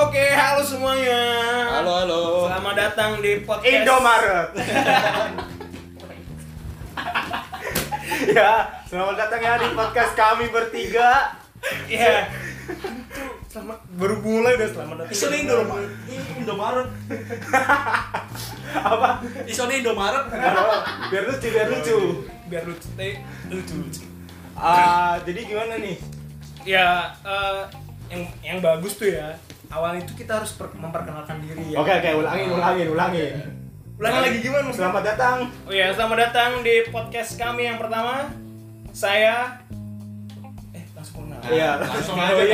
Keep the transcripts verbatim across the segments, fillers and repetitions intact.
Oke, halo semuanya. Halo, halo. Selamat datang di podcast Indomaret. Ya, selamat datang ya di podcast kami bertiga. Ya. Selamat baru mulai udah selamat datang. Isone Indomaret. Indomaret. Apa? Isone Indomaret. Oh, biar lucu, biar lucu. Biar lucu, eh, lucu lucu. Ah, jadi gimana nih? Ya, eh, yang yang bagus tuh ya. Awal itu kita harus per- memperkenalkan diri ya. Oke, oke, ulangin, ulangin, ulangin. Ulangi lagi gimana Mas? Selamat datang. Oh ya, selamat datang di podcast kami yang pertama. Saya eh langsung kenal. Iya, Langsung Oh, aja. iya.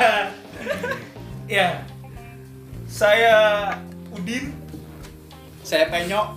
Ya. Saya Udin. Saya Penyok.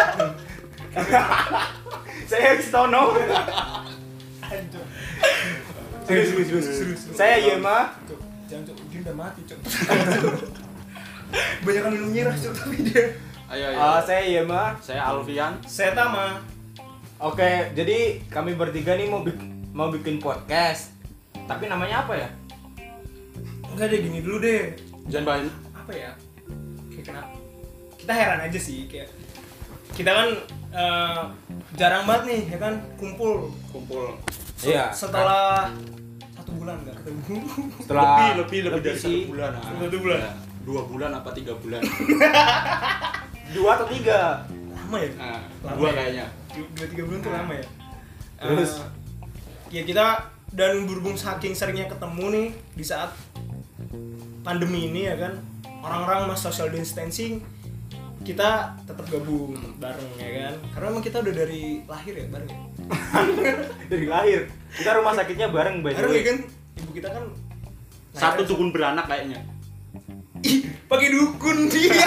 Saya Stono. Anjir. Serius, serius, serius. Serius. Saya Yema. Cuk, jangan Cuk, Udin udah mati Cuk. Banyak yang minum nyirah Cuk tapi dia. Ayo, ayo. Ah, saya Yema. Saya Alfian. Saya Tama. Oke, jadi kami bertiga nih mau bik- mau bikin podcast. Tapi namanya apa ya? Enggak deh, gini dulu deh. Jangan banyak. Apa ya? Kayak kenapa? Kita heran aja sih kayak kita kan eh, jarang banget nih ya kan kumpul Kumpul. Iya. setelah satu bulan nggak ketemu. Setelah lebih, lebih, lebih dari sih. satu bulan. Nah. Satu bulan. Ya, dua bulan apa tiga bulan? Dua atau tiga? Lama ya? Nah, Lama dua ya? kayaknya. Du- Dua tiga bulan tuh lama ya. Terus? Eh, ya kita dan berhubung saking seringnya ketemu nih di saat pandemi ini ya kan, orang-orang mas social distancing, kita tetap gabung bareng ya kan, karena memang kita udah dari lahir ya bareng ya. Dari lahir. Kita rumah sakitnya bareng, by the Bareng way. ya kan, ibu kita kan Satu lahirnya- dukun beranak kayaknya. Ih, pakai dukun dia.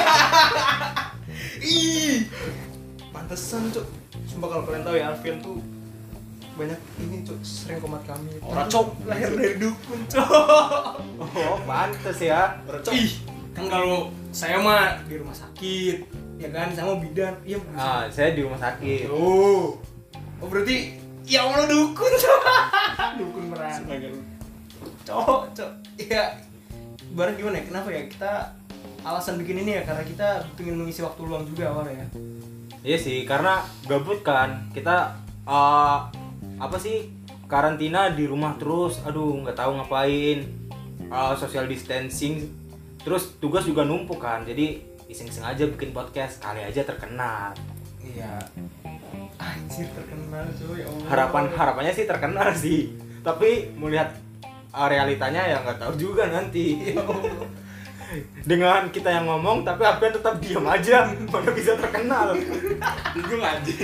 Ih, pantesan cuk. Sumpah kalau kalian tahu ya, Alfian tuh banyak ini cuk, sering komat kami. Orang, Cuk. lahir dari dukun cuk. Oh, pantes ya. Ih, kan kalau saya mah di rumah sakit, ya kan, saya mau bidan. Iya. Ah, saya di rumah sakit. Oh. Oh berarti ya Allah dukun cuk. Dukun merah. Cok, cok. Iya. Bareng gimana ya? Kenapa ya? Kita alasan bikin ini ya karena kita pengen mengisi waktu luang juga awalnya ya. Iya sih, karena gabut kan. Kita eh, apa sih? Karantina di rumah terus. Aduh, nggak tahu ngapain. Eh, social distancing. Terus tugas juga numpuk kan. Jadi iseng-iseng aja bikin podcast, kali aja terkenal. Iya. Anjir terkenal cuy. Ya Allah. Harapan harapannya sih terkenal sih. Tapi melihat uh, realitanya ya nggak tahu juga nanti. Ya Allah. Dengan kita yang ngomong tapi Alfian tetap diam aja, mana bisa terkenal. Bingung anjing.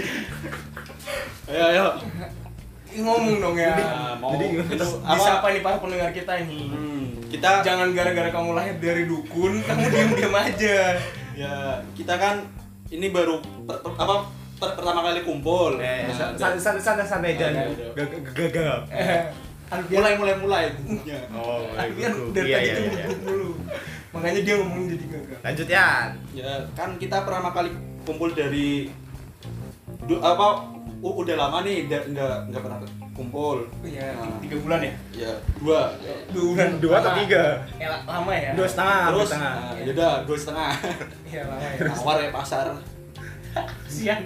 Ayo, ayo. Ngomong dong ya. Nah, mau Jadi, itu Terus apa? siapa nih para pendengar kita ini? Hmm, kita Jangan gara-gara kamu lahir dari dukun, kamu diam-diam aja. ya kita kan ini baru per, per- apa per- pertama kali kumpul. Eh, Nah, Santai santai santai santai Oh, jangan iya, iya. gagap. Eh, Alfian, mulai mulai mulai. Ya. Oh, Alfian dari iya, tadi iya, tuh iya. gugup mulu. Makanya dia ngomong jadi gagal. Lanjut ya. Ya kan kita pertama kali kumpul dari du, apa u- udah lama nih nggak nggak nggak pernah kumpul. Iya, Nah, tiga bulan ya? ya dua. Dua bulan. Dua atau Lama. tiga? Eh, la- lama ya? Dua setengah, dua Terus setengah. nah, yaudah dua setengah. Iya, lama ya. Nawar ya pasar. Siang.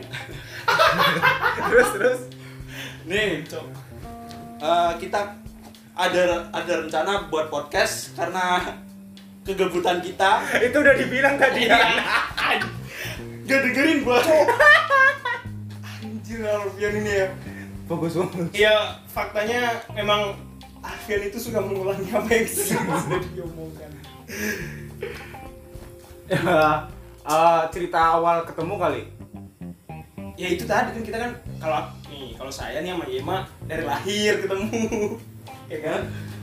Terus terus. Nih, Cok. Eh, kita ada ada rencana buat podcast karena kegabutan kita. Itu udah dibilang tadi ya. Gak dengerin gua. Anjir, Alfian ini ya. Fokus banget. Iya, faktanya memang Alfian itu suka mengulangi apa yang sudah diomongkan. Ya, eh, cerita awal ketemu kali. Ya itu tadi kan kita kan kalau nih kalau saya nih sama Yema dari lahir ketemu, ya kan?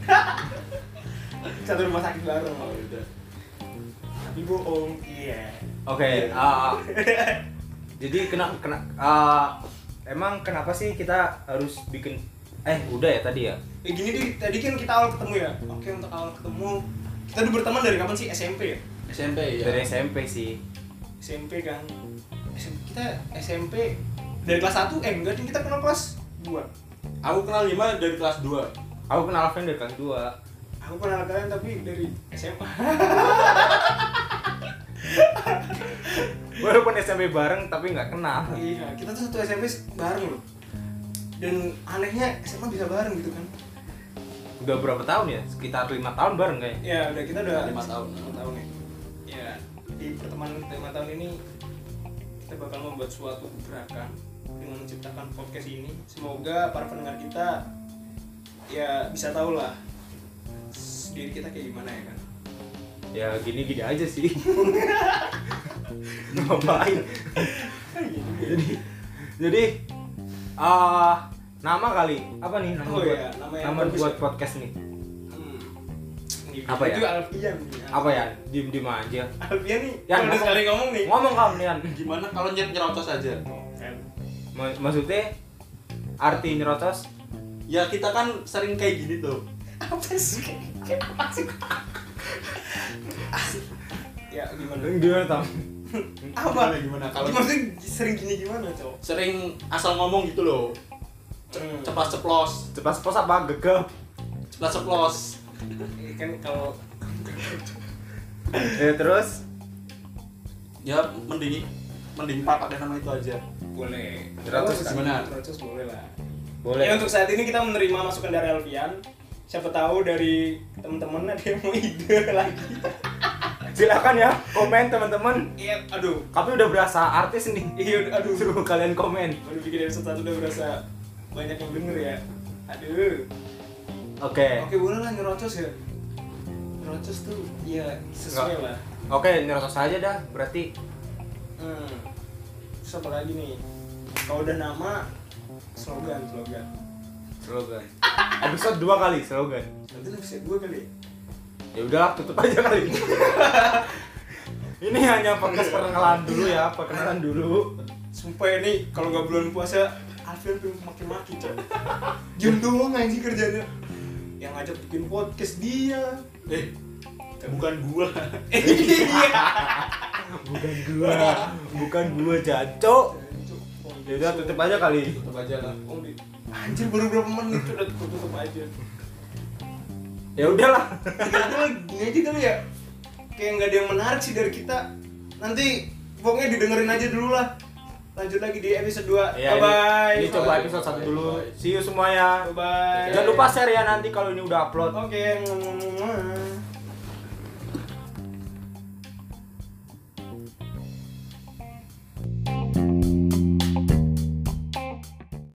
Satu rumah sakit bareng. Oh, udah. Tapi bohong. Iya. Oke, uh, jadi kena kena uh, emang kenapa sih kita harus bikin eh udah ya tadi ya? Ya gini deh, tadi kan kita awal ketemu ya. Oke, untuk awal ketemu kita udah berteman dari kapan sih? S M P ya? S M P ya. Dari S M P sih. S M P kan. S M P, kita S M P dari kelas satu eh enggak ding, kita kenal kelas dua. Aku kenal lima dari kelas dua. Aku kenal Alvin dari kelas dua. Aku aku kenal kalian tapi dari S M A. Walaupun S M P bareng tapi nggak kenal. Iya, kita tuh satu S M P bareng loh. Dan anehnya S M A bisa bareng gitu kan. Udah berapa tahun ya? Sekitar lima tahun bareng kayaknya. Ya, udah kita udah lima tahun. lima tahun ya. Ya, di pertemanan kita lima tahun ini kita bakal membuat suatu gerakan dengan menciptakan podcast ini. Semoga para pendengar kita ya bisa tahu lah diri kita kayak gimana ya kan. Ya gini-gini aja sih. Ngapain? jadi jadi uh, nama kali apa nih nama Oh buat, iya, nama yang nama bagus buat ya. podcast nih? Hmm. Apa ya? Itu Alfian. Apa ya? Diem-diem aja. Alfian nih, Yan, kalau udah ngomong. sekali ngomong nih. Ngomong kamu Nian. Gimana kalau nyet nyerocos aja? Kan. Ma- Maksudnya arti nyerocos? Ya kita kan sering kayak gini tuh. Apa sih? Kayak apa sih? Ya gimana? Gimana Tam? Apa? Gimana, gimana? Kalau Maksudnya sering gini gimana, Cok? sering asal ngomong gitu loh. Hmm. Ceplas ceplos, Cepat pos apa gegap? ceplas ceplos. Ini kan kalau Eh terus Ya mending mending pakai nama itu aja. boleh. Nyerocos Kalau gimana? nyerocos boleh lah. boleh. Ya untuk saat ini kita menerima masukan dari Alfian. Siapa tahu dari teman-teman ada yang mau ide lagi. Silakan ya komen teman-teman. Iya, aduh. Tapi udah berasa artis nih. Iya, aduh. Suruh kalian komen. Baru bikin episode satu udah berasa banyak yang denger ya. Aduh. Oke. Oke, boleh lah nyerocos ya. Nyerocos tuh ya sesuai Enggak. lah. Oke, nyerocos aja dah. Berarti Hmm. Terus apa lagi nih? Kalau udah nama, slogan, slogan. slogan. Episode dua kali slogan. Nanti episode gue kali. Ya udahlah, tutup aja kali. Ini hanya podcast perkenalan dulu ya, perkenalan dulu. Sumpah ini kalau nggak bulan puasa, Alfian pengen maki-maki coy. Diem doang anjing kerjanya. Yang ngajak bikin podcast dia. Eh, bukan gua. Iya. Bukan gua, bukan gua jancok. Ya udah tutup aja kali. Tutup aja lah. Oh, di- Anjir baru berapa menit udah tutup aja. Ya udahlah. Kira-kira gini aja kali ya. Kayak nggak ada yang menarik sih dari kita. Nanti pokoknya didengerin aja dulu lah. Lanjut lagi di episode dua. Ya, Bye bye. Ini, ini coba episode satu dulu. See you semuanya. Bye bye. Jangan lupa share ya nanti kalau ini udah upload. Oke.